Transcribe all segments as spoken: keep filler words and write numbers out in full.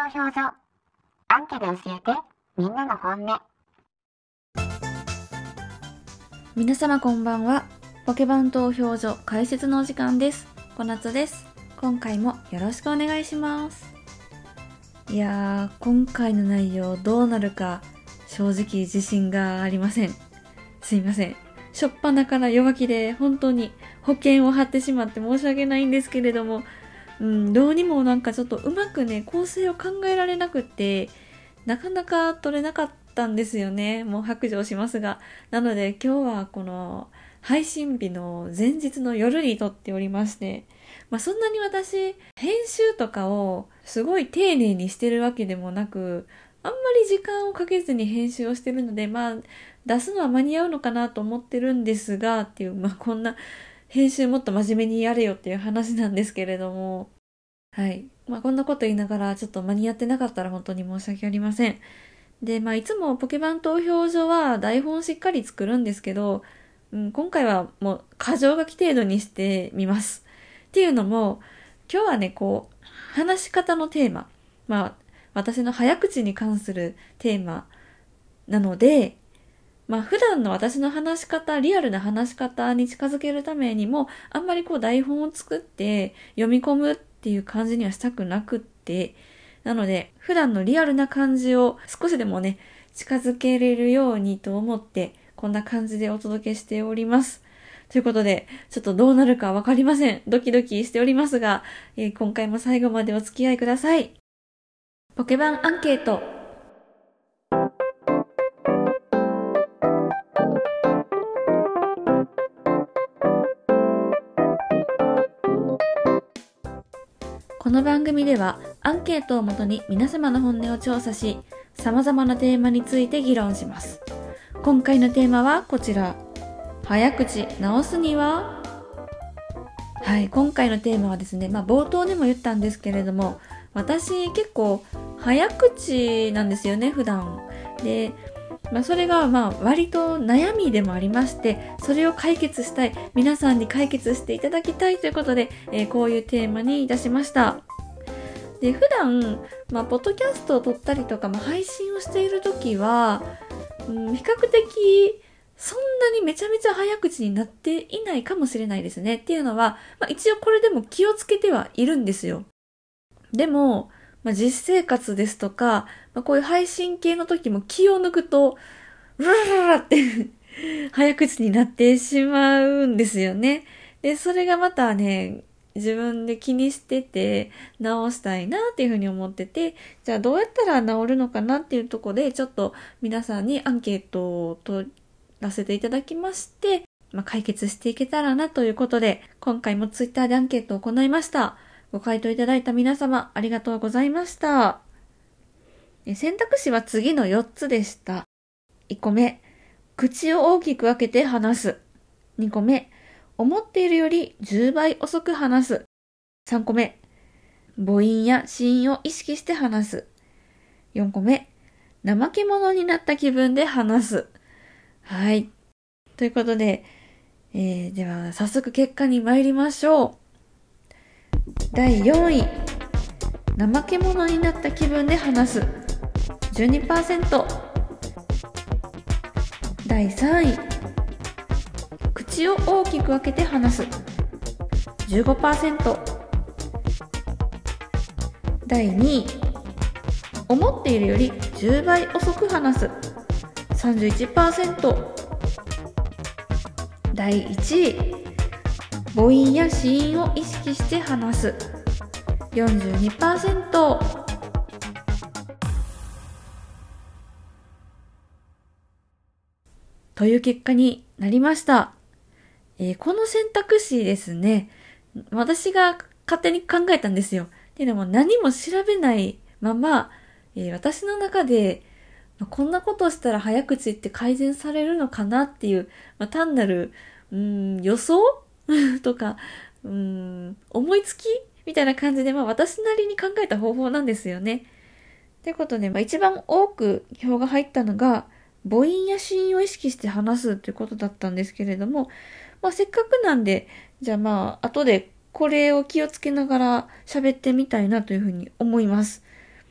票所。アンケで教えて、みんなの本音。 皆様こんばんは。ポケバン投票所解説のお時間です。小夏です。今回もよろしくお願いします。いやー、今回の内容どうなるか正直自信がありません。すいません。しょっぱなから弱気で本当に保険を張ってしまって申し訳ないんですけれども、うん、どうにもなんかちょっとうまくね、構成を考えられなくって、なかなか取れなかったんですよね。もう白状しますが。なので今日はこの配信日の前日の夜に撮っておりまして、まあそんなに私、編集とかをすごい丁寧にしてるわけでもなく、あんまり時間をかけずに編集をしてるので、まあ出すのは間に合うのかなと思ってるんですが、っていう、まあこんな編集もっと真面目にやれよっていう話なんですけれども、はい。まあこんなこと言いながらちょっと間に合ってなかったら本当に申し訳ありません。で、まあいつもポケバン投票所は台本しっかり作るんですけど、うん、今回はもう箇条書き程度にしてみます。っていうのも、今日はね、こう、話し方のテーマ、まあ私の早口に関するテーマなので、まあ普段の私の話し方、リアルな話し方に近づけるためにも、あんまりこう台本を作って読み込むっていう感じにはしたくなくって、なので普段のリアルな感じを少しでもね、近づけれるようにと思って、こんな感じでお届けしております。ということで、ちょっとどうなるかわかりません。ドキドキしておりますが、えー今回も最後までお付き合いください。ポケバンアンケート。この番組ではアンケートをもとに皆様の本音を調査し、様々なテーマについて議論します。今回のテーマはこちら。早口直すには？はい、今回のテーマはですね、まあ冒頭でも言ったんですけれども、私結構早口なんですよね、普段。で、まあそれがまあ割と悩みでもありまして、それを解決したい、皆さんに解決していただきたいということで、えーこういうテーマにいたしました。で、普段、まあ、ポッドキャストを撮ったりとか、まあ、配信をしているときは、うん、比較的、そんなにめちゃめちゃ早口になっていないかもしれないですね。っていうのは、まあ、一応これでも気をつけてはいるんですよ。でも、まあ、実生活ですとか、まあ、こういう配信系の時も気を抜くと、うらららって早口になってしまうんですよね。で、それがまたね、自分で気にしてて直したいなっていうふうに思ってて、じゃあどうやったら直るのかなっていうところでちょっと皆さんにアンケートを取らせていただきまして、まあ、解決していけたらなということで、今回もツイッターでアンケートを行いました。ご回答いただいた皆様ありがとうございました。え選択肢は次のよっつでした。いっこめ、口を大きく開けて話す。にこめ、思っているよりじゅうばい遅く話す。さんこめ、母音や子音を意識して話す。よんこめ、怠け者になった気分で話す。はい。ということで、えー、では早速結果に参りましょう。だいよんい、怠け者になった気分で話す。じゅうにパーセント。だいさんい、口を大きく開けて話す。じゅうごパーセント。だいにい、思っているよりじゅうばい遅く話す。さんじゅういちパーセント。だいいちい、母音や子音を意識して話す。よんじゅうにパーセント。という結果になりました。えーこの選択肢ですね、私が勝手に考えたんですよ。っていうのも何も調べないまま、えー私の中で、まあこんなことをしたら早口って改善されるのかなっていう、まあ、単なる、うーん、予想とか、うーん、思いつきみたいな感じで、まあ私なりに考えた方法なんですよね。ということで、まあ、一番多く票が入ったのが、母音や子音を意識して話すということだったんですけれども、まあ、せっかくなんで、じゃあまあ、後でこれを気をつけながら喋ってみたいなというふうに思います。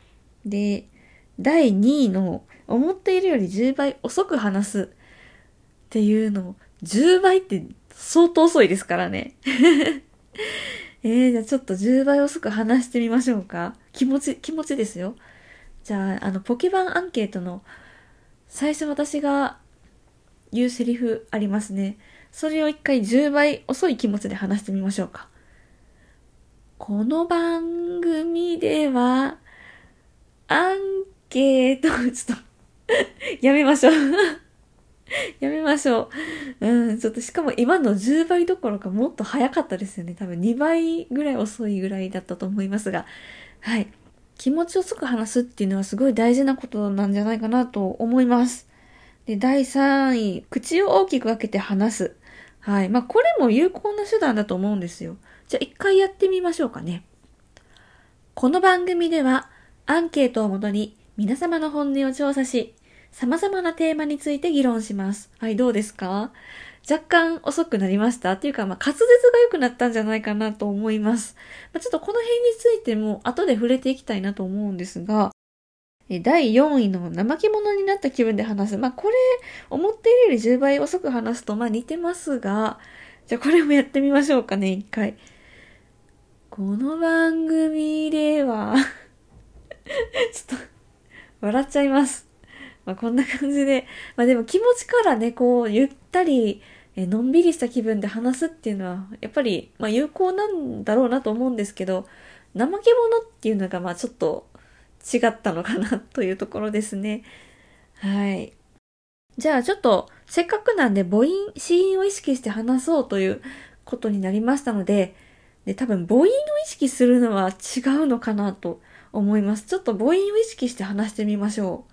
で、だいにいの思っているよりじゅうばい遅く話すっていうの、じゅうばいって相当遅いですからね。えー、じゃあちょっとじゅうばい遅く話してみましょうか。気持ち、気持ちですよ。じゃあ、あの、ポケバンアンケートの最初私が言うセリフありますね。それを一回じゅうばい遅い気持ちで話してみましょうか。この番組では、アンケート、ちょっとやめましょう。やめましょう。うん、ちょっとしかも今のじゅうばいどころかもっと早かったですよね。多分にばいぐらい遅いぐらいだったと思いますが。はい。気持ちよく話すっていうのはすごい大事なことなんじゃないかなと思います。で、だいさんい、口を大きく開けて話す。はい。まあ、これも有効な手段だと思うんですよ。じゃあ一回やってみましょうかね。この番組ではアンケートをもとに皆様の本音を調査し、様々なテーマについて議論します。はい、どうですか？若干遅くなりましたっていうか、まあ、滑舌が良くなったんじゃないかなと思います。まあ、ちょっとこの辺についても後で触れていきたいなと思うんですが、だいよんいの怠け者になった気分で話す。まあ、これ、思っているよりじゅうばい遅く話すと、まあ、似てますが、じゃあこれもやってみましょうかね、一回。この番組では、ちょっと、笑っちゃいます。まあ、こんな感じで、まあでも気持ちからね、こう、ゆったり、えのんびりした気分で話すっていうのは、やっぱり、まあ有効なんだろうなと思うんですけど、怠け者っていうのが、まあちょっと違ったのかなというところですね。はい。じゃあちょっと、せっかくなんで母音、子音を意識して話そうということになりましたので、で、多分母音を意識するのは違うのかなと思います。ちょっと母音を意識して話してみましょう。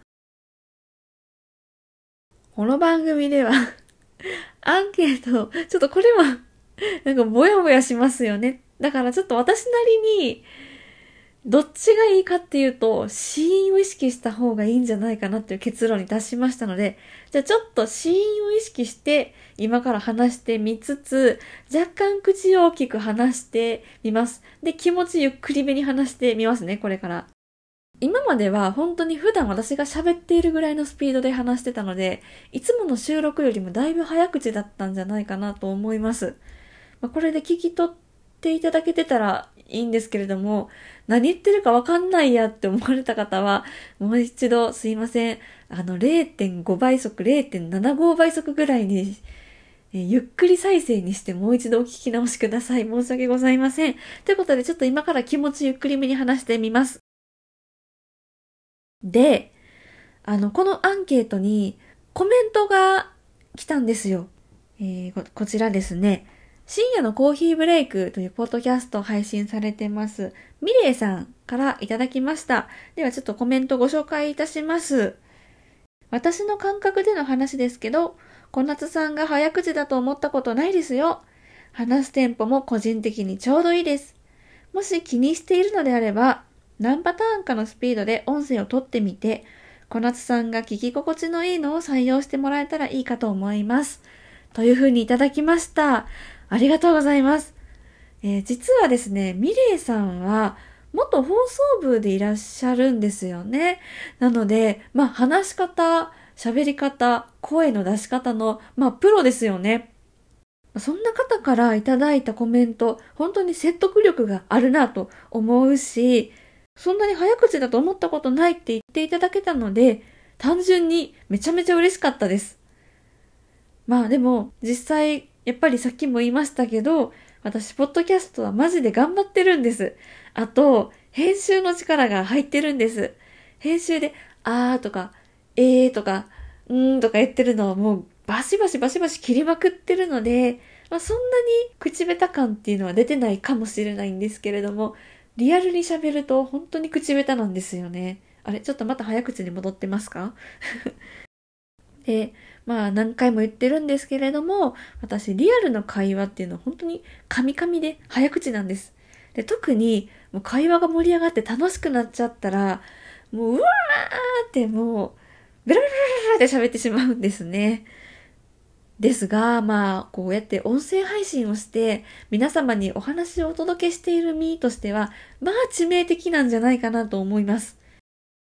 この番組ではアンケート、ちょっとこれはなんかぼやぼやしますよね。だからちょっと私なりに、どっちがいいかっていうと、子音を意識した方がいいんじゃないかなっていう結論に達しましたので、じゃあちょっと子音を意識して今から話してみつつ、若干口を大きく話してみます。で、気持ちゆっくりめに話してみますね、これから。今までは本当に普段私が喋っているぐらいのスピードで話してたので、いつもの収録よりもだいぶ早口だったんじゃないかなと思います。まあ、これで聞き取っていただけてたらいいんですけれども、何言ってるかわかんないやって思われた方は、もう一度すいません。あの れいてんご 倍速、れいてんななご 倍速ぐらいに、えゆっくり再生にしてもう一度お聞き直しください。申し訳ございません。ということでちょっと今から気持ちゆっくりめに話してみます。で、あの、このアンケートにコメントが来たんですよ。えー、こ、こちらですね。深夜のコーヒーブレイクというポッドキャストを配信されてます。ミレイさんからいただきました。ではちょっとコメントご紹介いたします。私の感覚での話ですけど、小夏さんが早口だと思ったことないですよ。話すテンポも個人的にちょうどいいです。もし気にしているのであれば、何パターンかのスピードで音声を取ってみて、小夏さんが聞き心地のいいのを採用してもらえたらいいかと思います。というふうにいただきました。ありがとうございます。えー、実はですね、ミレイさんは元放送部でいらっしゃるんですよね。なので、まあ話し方、喋り方、声の出し方の、まあプロですよね。そんな方からいただいたコメント、本当に説得力があるなと思うし、そんなに早口だと思ったことないって言っていただけたので、単純にめちゃめちゃ嬉しかったです。まあでも、実際、やっぱりさっきも言いましたけど、私、ポッドキャストはマジで頑張ってるんです。あと、編集の力が入ってるんです。編集で、あーとか、えーとか、うーんとか言ってるのはもうバシバシバシバシ切りまくってるので、まあ、そんなに口下手感っていうのは出てないかもしれないんですけれども、リアルに喋ると本当に口下手なんですよね。あれちょっとまた早口に戻ってますかで、まあ何回も言ってるんですけれども、私リアルの会話っていうのは本当にカミカミで早口なんです。で、特にもう会話が盛り上がって楽しくなっちゃったら、もううわーってもう、ベラベラベラベラって喋ってしまうんですね。ですが、まあ、こうやって音声配信をして、皆様にお話をお届けしている身としては、まあ、致命的なんじゃないかなと思います。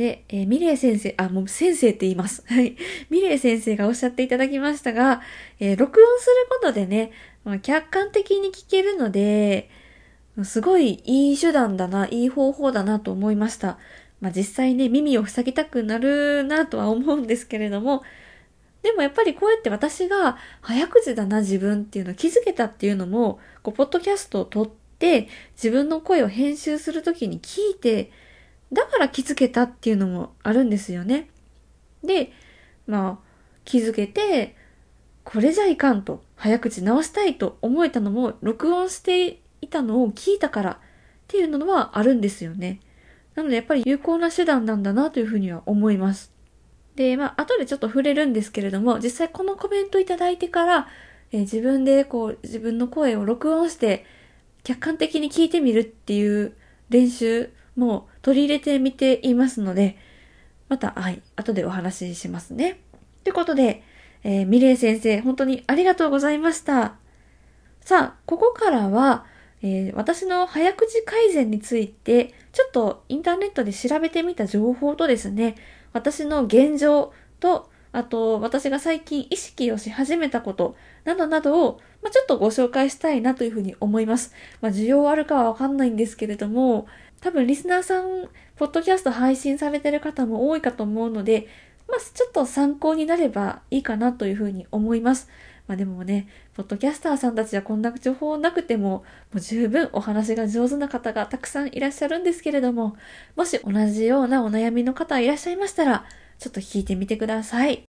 で、えー、ミレイ先生、あ、もう先生って言います。はい。ミレイ先生がおっしゃっていただきましたが、えー、録音することでね、まあ、客観的に聞けるので、すごいいい手段だな、いい方法だなと思いました。まあ実際ね、耳を塞ぎたくなるなとは思うんですけれども、でもやっぱりこうやって私が早口だな自分っていうのを気づけたっていうのも、こう、ポッドキャストを撮って自分の声を編集するときに聞いて、だから気づけたっていうのもあるんですよね。で、まあ、気づけて、これじゃいかんと、早口直したいと思えたのも、録音していたのを聞いたからっていうのはあるんですよね。なのでやっぱり有効な手段なんだなというふうには思います。で、まあ、後でちょっと触れるんですけれども、実際このコメントいただいてから、えー自分でこう、自分の声を録音して、客観的に聞いてみるっていう練習も取り入れてみていますので、また、はい、後でお話ししますね。ということで、えー、ミレイ先生、本当にありがとうございました。さあ、ここからは、えー私の早口改善について、ちょっとインターネットで調べてみた情報とですね、私の現状と、あと私が最近意識をし始めたことなどなどを、まあ、ちょっとご紹介したいなというふうに思います。まあ、需要あるかはわかんないんですけれども、多分リスナーさん、ポッドキャスト配信されてる方も多いかと思うので、まあ、ちょっと参考になればいいかなというふうに思います。まあでもね、ポッドキャスターさんたちはこんな情報なくても、もう十分お話が上手な方がたくさんいらっしゃるんですけれども、もし同じようなお悩みの方いらっしゃいましたら、ちょっと聞いてみてください。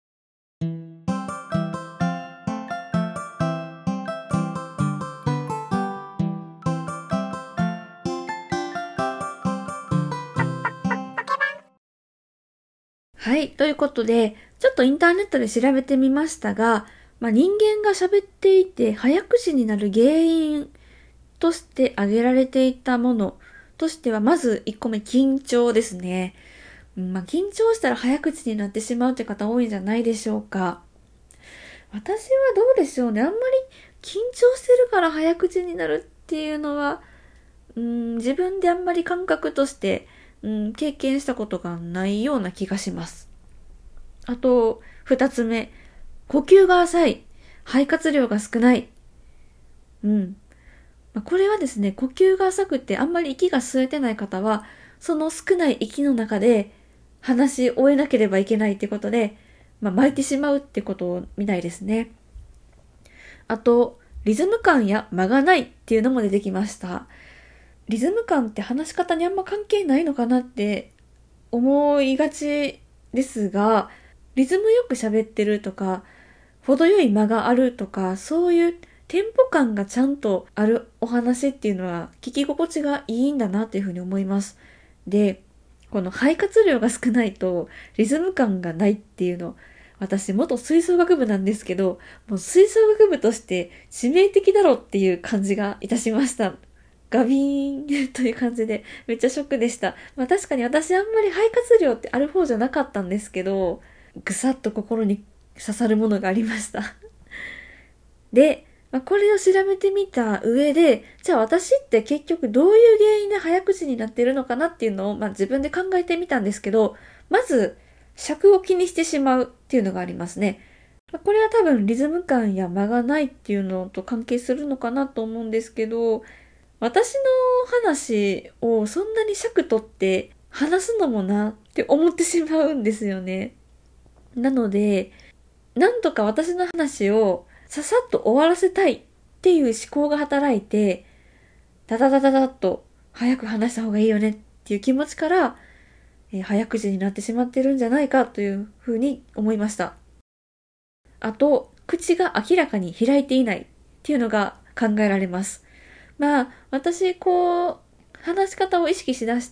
はい。ということで、ちょっとインターネットで調べてみましたが、まあ、人間が喋っていて早口になる原因として挙げられていたものとしては、まずいっこめ、緊張ですね。うんまあ、緊張したら早口になってしまうって方多いんじゃないでしょうか。私はどうでしょうね。あんまり緊張してるから早口になるっていうのは、うん、自分であんまり感覚として、うん、経験したことがないような気がします。あと、二つ目、呼吸が浅い、肺活量が少ない。うん。まあこれはですね、呼吸が浅くてあんまり息が吸えてない方は、その少ない息の中で話し終えなければいけないってことで、まあ、巻いてしまうってことみたいですね。あと、リズム感や間がないっていうのも出てきました。リズム感って話し方にあんま関係ないのかなって思いがちですが、リズムよく喋ってるとか、程よい間があるとか、そういうテンポ感がちゃんとあるお話っていうのは聞き心地がいいんだなっていうふうに思います。で、この肺活量が少ないとリズム感がないっていうの、私元吹奏楽部なんですけど、もう吹奏楽部として致命的だろっていう感じがいたしました。ガビーンという感じでめっちゃショックでした。まあ確かに私あんまり肺活量ってある方じゃなかったんですけど、ぐさっと心に刺さるものがありました。で、まあ、これを調べてみた上で、じゃあ私って結局どういう原因で早口になっているのかなっていうのを、まあ、自分で考えてみたんですけど、まず尺を気にしてしまうっていうのがありますね。まあ、これは多分リズム感や間がないっていうのと関係するのかなと思うんですけど、私の話をそんなに尺取って話すのもなって思ってしまうんですよね。なので、なんとか私の話をささっと終わらせたいっていう思考が働いて、ダダダダダッと早く話した方がいいよねっていう気持ちから、えー早口になってしまってるんじゃないかというふうに思いました。あと、口が明らかに開いていないっていうのが考えられます。まあ、私、こう、話し方を意識しだして、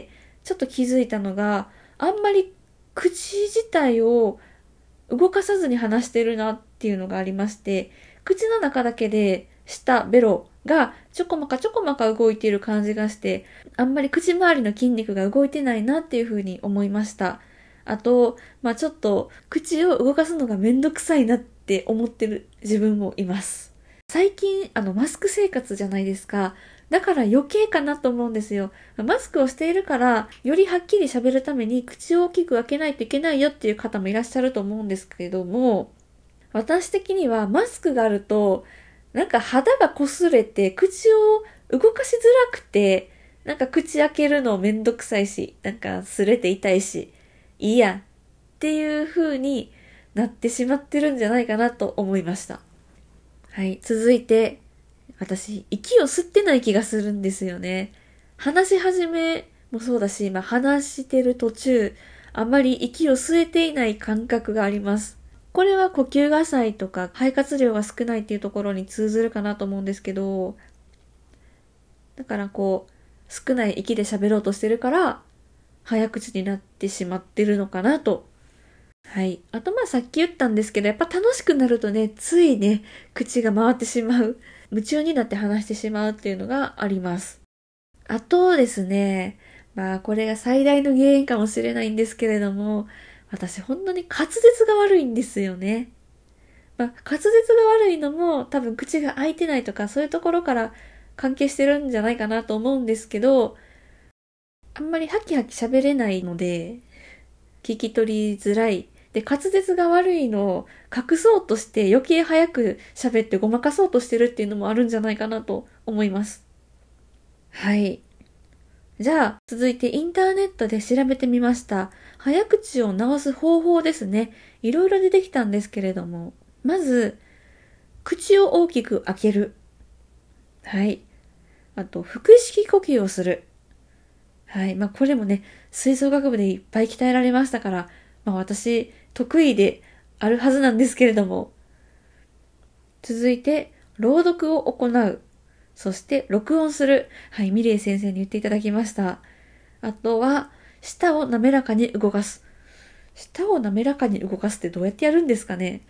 ちょっと気づいたのが、あんまり口自体を動かさずに話してるなっていうのがありまして、口の中だけで舌、ベロがちょこまかちょこまか動いている感じがして、あんまり口周りの筋肉が動いてないなっていうふうに思いました。あと、まあちょっと口を動かすのがめんどくさいなって思ってる自分もいます。 最近、あの、マスク生活じゃないですか。だから余計かなと思うんですよ。マスクをしているから、よりはっきり喋るために口を大きく開けないといけないよっていう方もいらっしゃると思うんですけども、私的にはマスクがあると、なんか肌が擦れて口を動かしづらくて、なんか口開けるのめんどくさいし、なんか擦れて痛いし、いいやっていう風になってしまってるんじゃないかなと思いました。はい、続いて、私、息を吸ってない気がするんですよね。話し始めもそうだし、まあ、話してる途中、あまり息を吸えていない感覚があります。これは呼吸が浅いとか、肺活量が少ないっていうところに通ずるかなと思うんですけど、だからこう、少ない息で喋ろうとしてるから、早口になってしまってるのかなと。はい。あとまあさっき言ったんですけど、やっぱ楽しくなるとね、ついね、口が回ってしまう。夢中になって話してしまうっていうのがあります。あとですね、まあこれが最大の原因かもしれないんですけれども、私本当に滑舌が悪いんですよね。まあ滑舌が悪いのも多分口が開いてないとかそういうところから関係してるんじゃないかなと思うんですけど、あんまりハキハキ喋れないので、聞き取りづらい。で、滑舌が悪いのを隠そうとして余計早く喋ってごまかそうとしてるっていうのもあるんじゃないかなと思います。はい。じゃあ、続いてインターネットで調べてみました。早口を直す方法ですね。いろいろ出てきたんですけれども。まず、口を大きく開ける。はい。あと、腹式呼吸をする。はい。まあ、これもね、吹奏楽部でいっぱい鍛えられましたから、まあ、私、得意であるはずなんですけれども。続いて、朗読を行う。そして、録音する。はい、ミレイ先生に言っていただきました。あとは、舌を滑らかに動かす。舌を滑らかに動かすってどうやってやるんですかね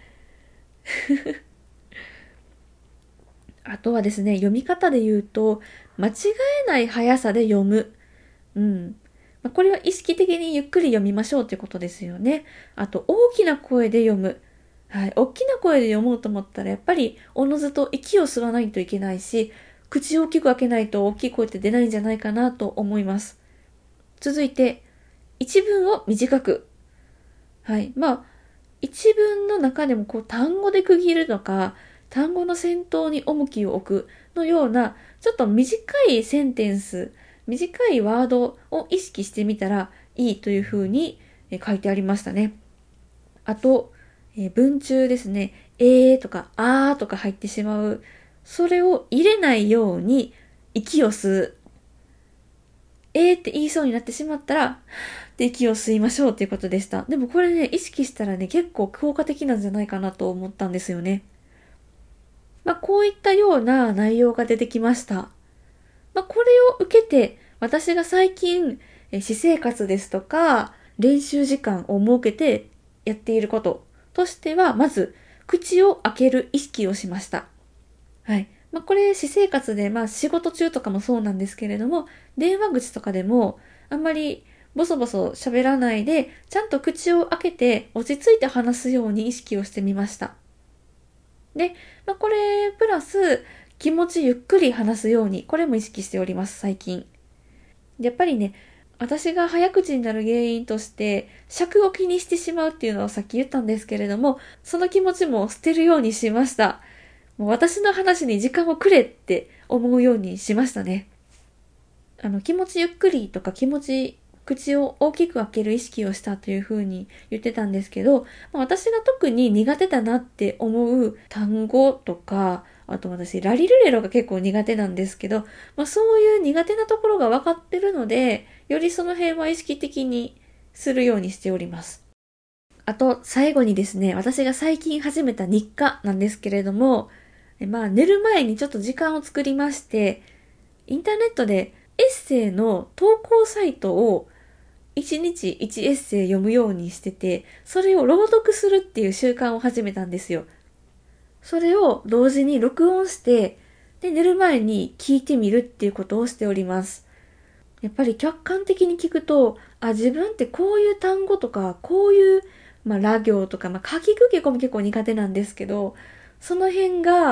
あとはですね、読み方で言うと、間違えない速さで読む。うん。まあ、これは意識的にゆっくり読みましょうということですよね。あと、大きな声で読む。はい。大きな声で読もうと思ったら、やっぱり、おのずと息を吸わないといけないし、口を大きく開けないと大きい声って出ないんじゃないかなと思います。続いて、一文を短く。はい。まあ、一文の中でもこう単語で区切るとか、単語の先頭に重きを置くのような、ちょっと短いセンテンス、短いワードを意識してみたらいいというふうに書いてありましたね。あと、えー文中ですね、えーとかあーとか入ってしまう。それを入れないように息を吸う。えーって言いそうになってしまったら、で息を吸いましょうっていうことでした。でもこれね、意識したらね、結構効果的なんじゃないかなと思ったんですよね。まあ、こういったような内容が出てきました。まあ、これを受けて、私が最近、え私生活ですとか、練習時間を設けてやっていることとしては、まず、口を開ける意識をしました。はい。まあ、これ、私生活で、まあ、仕事中とかもそうなんですけれども、電話口とかでも、あんまりボソボソ喋らないで、ちゃんと口を開けて落ち着いて話すように意識をしてみました。で、まあ、これ、プラス、気持ちゆっくり話すように、これも意識しております、最近。やっぱりね、私が早口になる原因として、尺を気にしてしまうっていうのはさっき言ったんですけれども、その気持ちも捨てるようにしました。もう私の話に時間をくれって思うようにしましたね。あの、気持ちゆっくりとか気持ち、口を大きく開ける意識をしたというふうに言ってたんですけど、まあ私が特に苦手だなって思う単語とか、あと私、ラリルレロが結構苦手なんですけど、まあそういう苦手なところが分かってるので、よりその辺は意識的にするようにしております。あと、最後にですね、私が最近始めた日課なんですけれども、まあ寝る前にちょっと時間を作りまして、インターネットでエッセイの投稿サイトをいちにちいちエッセイ読むようにしてて、それを朗読するっていう習慣を始めたんですよ。それを同時に録音して、で、寝る前に聞いてみるっていうことをしております。やっぱり客観的に聞くと、あ、自分ってこういう単語とか、こういう、まあ、ラ行とか、まあ、書きくけこも結構苦手なんですけど、その辺が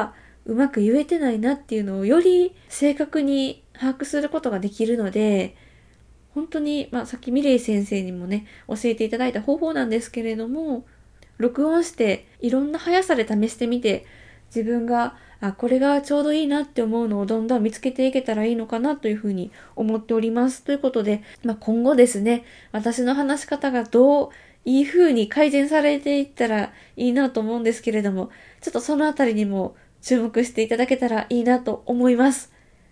うまく言えてないなっていうのをより正確に把握することができるので、本当に、まあさっきミレイ先生にもね、教えていただいた方法なんですけれども、録音していろんな速さで試してみて、自分が、あ、これがちょうどいいなって思うのをどんどん見つけていけたらいいのかなというふうに思っております。ということで、まあ今後ですね、私の話し方がどういい風に改善されていったらいいなと思うんですけれども、ちょっとそのあたりにも注目していただけたらいいなと思います。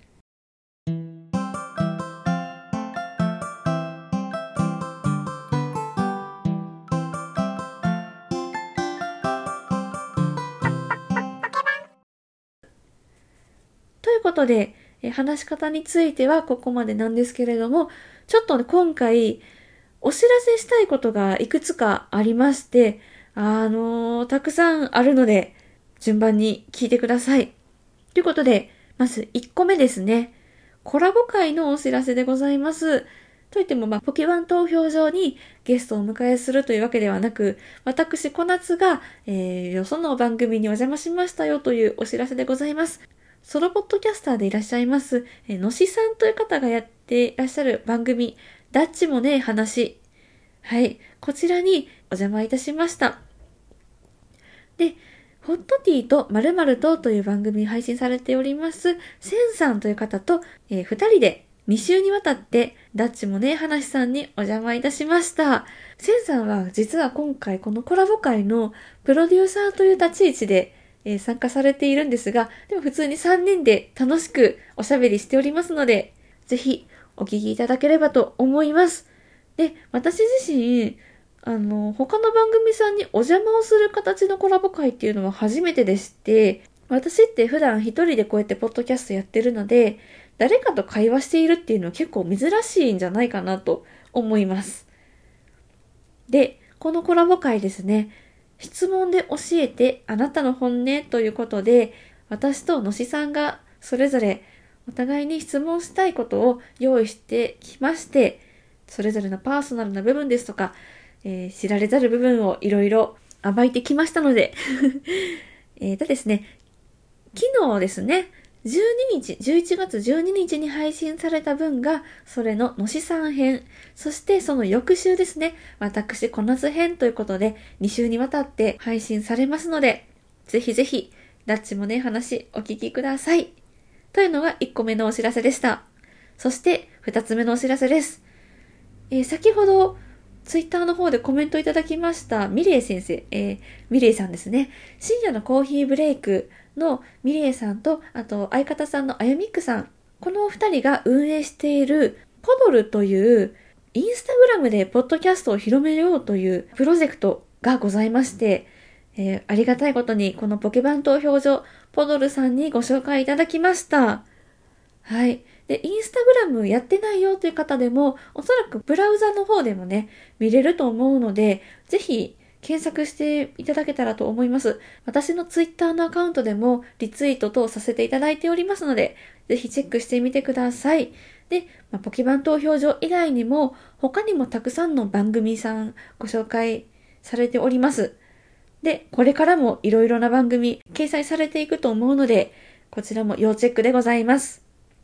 ということで、え話し方についてはここまでなんですけれども、ちょっと、ね、今回お知らせしたいことがいくつかありまして、あのー、たくさんあるので、順番に聞いてください。ということで、まずいっこめですね。コラボ会のお知らせでございます。といっても、まあ、ポケバン投票所にゲストをお迎えするというわけではなく、私、小夏が、えー、よその番組にお邪魔しましたよというお知らせでございます。ソロポッドキャスターでいらっしゃいます、えー、のしさんという方がやっていらっしゃる番組、ダッチもね、話。はい。こちらにお邪魔いたしました。で、ホットティーと〇〇とという番組配信されております、センさんという方と、えー、ふたりでに週にわたって、ダッチもね、話さんにお邪魔いたしました。センさんは実は今回このコラボ会のプロデューサーという立ち位置で、えー、参加されているんですが、でも普通にさんにんで楽しくおしゃべりしておりますので、ぜひお聞きいただければと思います。で、私自身、あの、他の番組さんにお邪魔をする形のコラボ会っていうのは初めてでして、私って普段一人でこうやってポッドキャストやってるので、誰かと会話しているっていうのは結構珍しいんじゃないかなと思います。で、このコラボ会ですね、質問で教えてあなたの本音ということで、私とのしさんがそれぞれお互いに質問したいことを用意してきまして、それぞれのパーソナルな部分ですとか、えー、知られざる部分をいろいろ暴いてきましたので、えーとですね、昨日ですね、じゅうににち、じゅういちがつじゅうににちに配信された分が、それののしさん編、そしてその翌週ですね、私小夏編ということで、に週にわたって配信されますので、ぜひぜひ、ダッチもね、話お聞きください。というのがいっこめのお知らせでした。そして、ふたつめのお知らせです。えー、先ほど、ツイッターの方でコメントいただきましたミレイ先生、えー、ミレイさんですね。深夜のコーヒーブレイクのミレイさんと、あと相方さんのあやみっくさん。このお二人が運営しているポドルというインスタグラムでポッドキャストを広めようというプロジェクトがございまして、えー、ありがたいことにこのポケバン投票所ポドルさんにご紹介いただきました。はい。で、インスタグラムやってないよという方でも、おそらくブラウザの方でもね、見れると思うので、ぜひ検索していただけたらと思います。私のツイッターのアカウントでもリツイート等させていただいておりますので、ぜひチェックしてみてください。で、まあ、ポケバン投票所以外にも、他にもたくさんの番組さんご紹介されております。で、これからもいろいろな番組掲載されていくと思うので、こちらも要チェックでございます。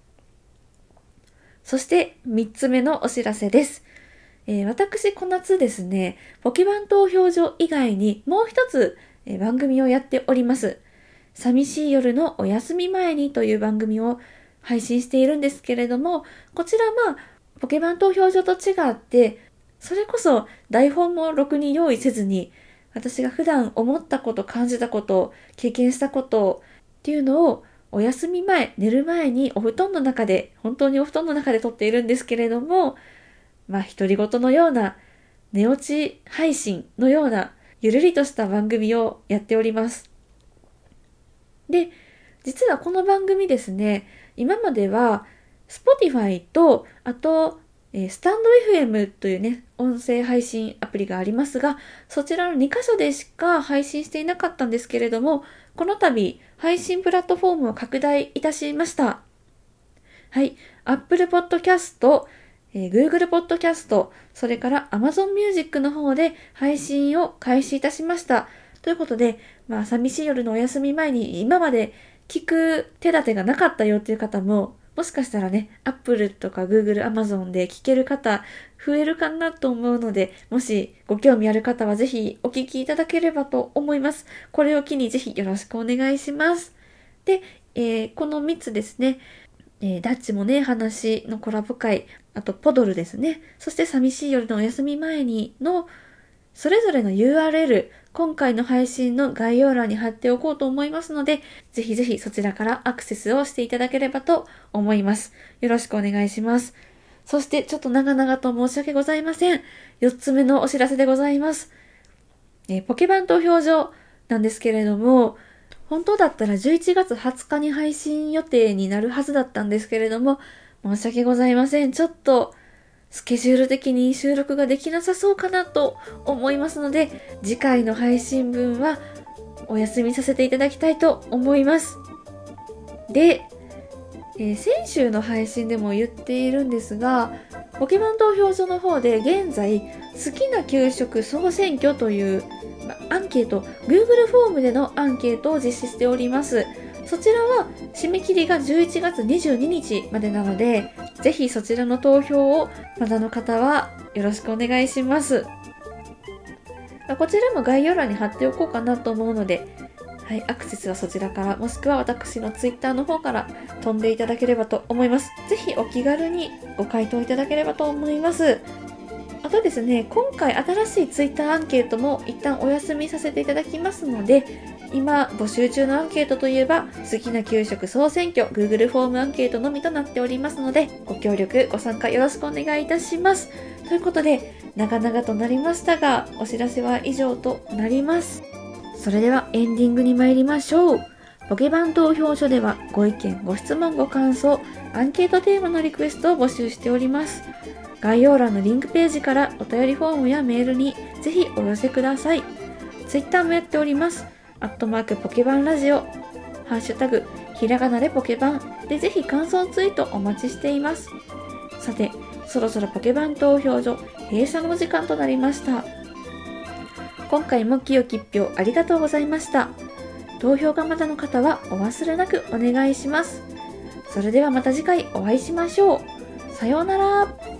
そして三つ目のお知らせです。えー、私、小夏ですね、ポケバン投票所以外にもう一つ、えー、番組をやっております。寂しい夜のお休み前にという番組を配信しているんですけれども、こちらまあ、ポケバン投票所と違って、それこそ台本もろくに用意せずに、私が普段思ったこと、感じたこと、経験したことっていうのをお休み前、寝る前にお布団の中で、本当にお布団の中で撮っているんですけれども、まあ、独り言のような、寝落ち配信のような、ゆるりとした番組をやっております。で、実はこの番組ですね、今までは、Spotify と、あと、えー、スタンド エフエム というね、音声配信アプリがありますが、そちらのにかしょでしか配信していなかったんですけれども、この度、配信プラットフォームを拡大いたしました。はい。Apple Podcast、えー、Google Podcast、それから Amazon Music の方で配信を開始いたしました。ということで、まあ、寂しい夜のお休み前に今まで聞く手立てがなかったよっていう方も、もしかしたらね、Apple とか Google、Amazon で聞ける方増えるかなと思うので、もしご興味ある方はぜひお聞きいただければと思います。これを機にぜひよろしくお願いします。で、えー、このみっつですね、えー、ダッチもね、話のコラボ会、あとポドルですね、そして寂しい夜のお休み前にのそれぞれの ユーアールエル、今回の配信の概要欄に貼っておこうと思いますので、ぜひぜひそちらからアクセスをしていただければと思います。よろしくお願いします。そしてちょっと長々と申し訳ございません。よっつめのお知らせでございます。えー、ポケバン投票所なんですけれども、本当だったらじゅういちがつはつかに配信予定になるはずだったんですけれども、申し訳ございません。ちょっとスケジュール的に収録ができなさそうかなと思いますので、次回の配信分はお休みさせていただきたいと思います。で、えー、先週の配信でも言っているんですが、ポケモン投票所の方で現在好きな給食総選挙という、ま、アンケート、Google フォームでのアンケートを実施しております。そちらは締め切りがじゅういちがつにじゅうににちまでなので、ぜひそちらの投票をまだの方はよろしくお願いします。こちらも概要欄に貼っておこうかなと思うので、はい、アクセスはそちらから、もしくは私の Twitter の方から飛んでいただければと思います。ぜひお気軽にご回答いただければと思います。あとですね、今回新しい Twitter アンケートも一旦お休みさせていただきますので、今募集中のアンケートといえば好きな給食総選挙 Google フォームアンケートのみとなっておりますので、ご協力ご参加よろしくお願いいたします。ということで長々となりましたが、お知らせは以上となります。それではエンディングに参りましょう。ポケバン投票所ではご意見ご質問ご感想アンケートテーマのリクエストを募集しております。概要欄のリンクページからお便りフォームやメールにぜひお寄せください。 Twitter もやっております。アットマークポケバンラジオ、ハッシュタグひらがなでポケバンでぜひ感想ツイートお待ちしています。さて、そろそろポケバン投票所閉鎖の時間となりました。今回も清き一票ありがとうございました。投票がまだの方はお忘れなくお願いします。それではまた次回お会いしましょう。さようなら。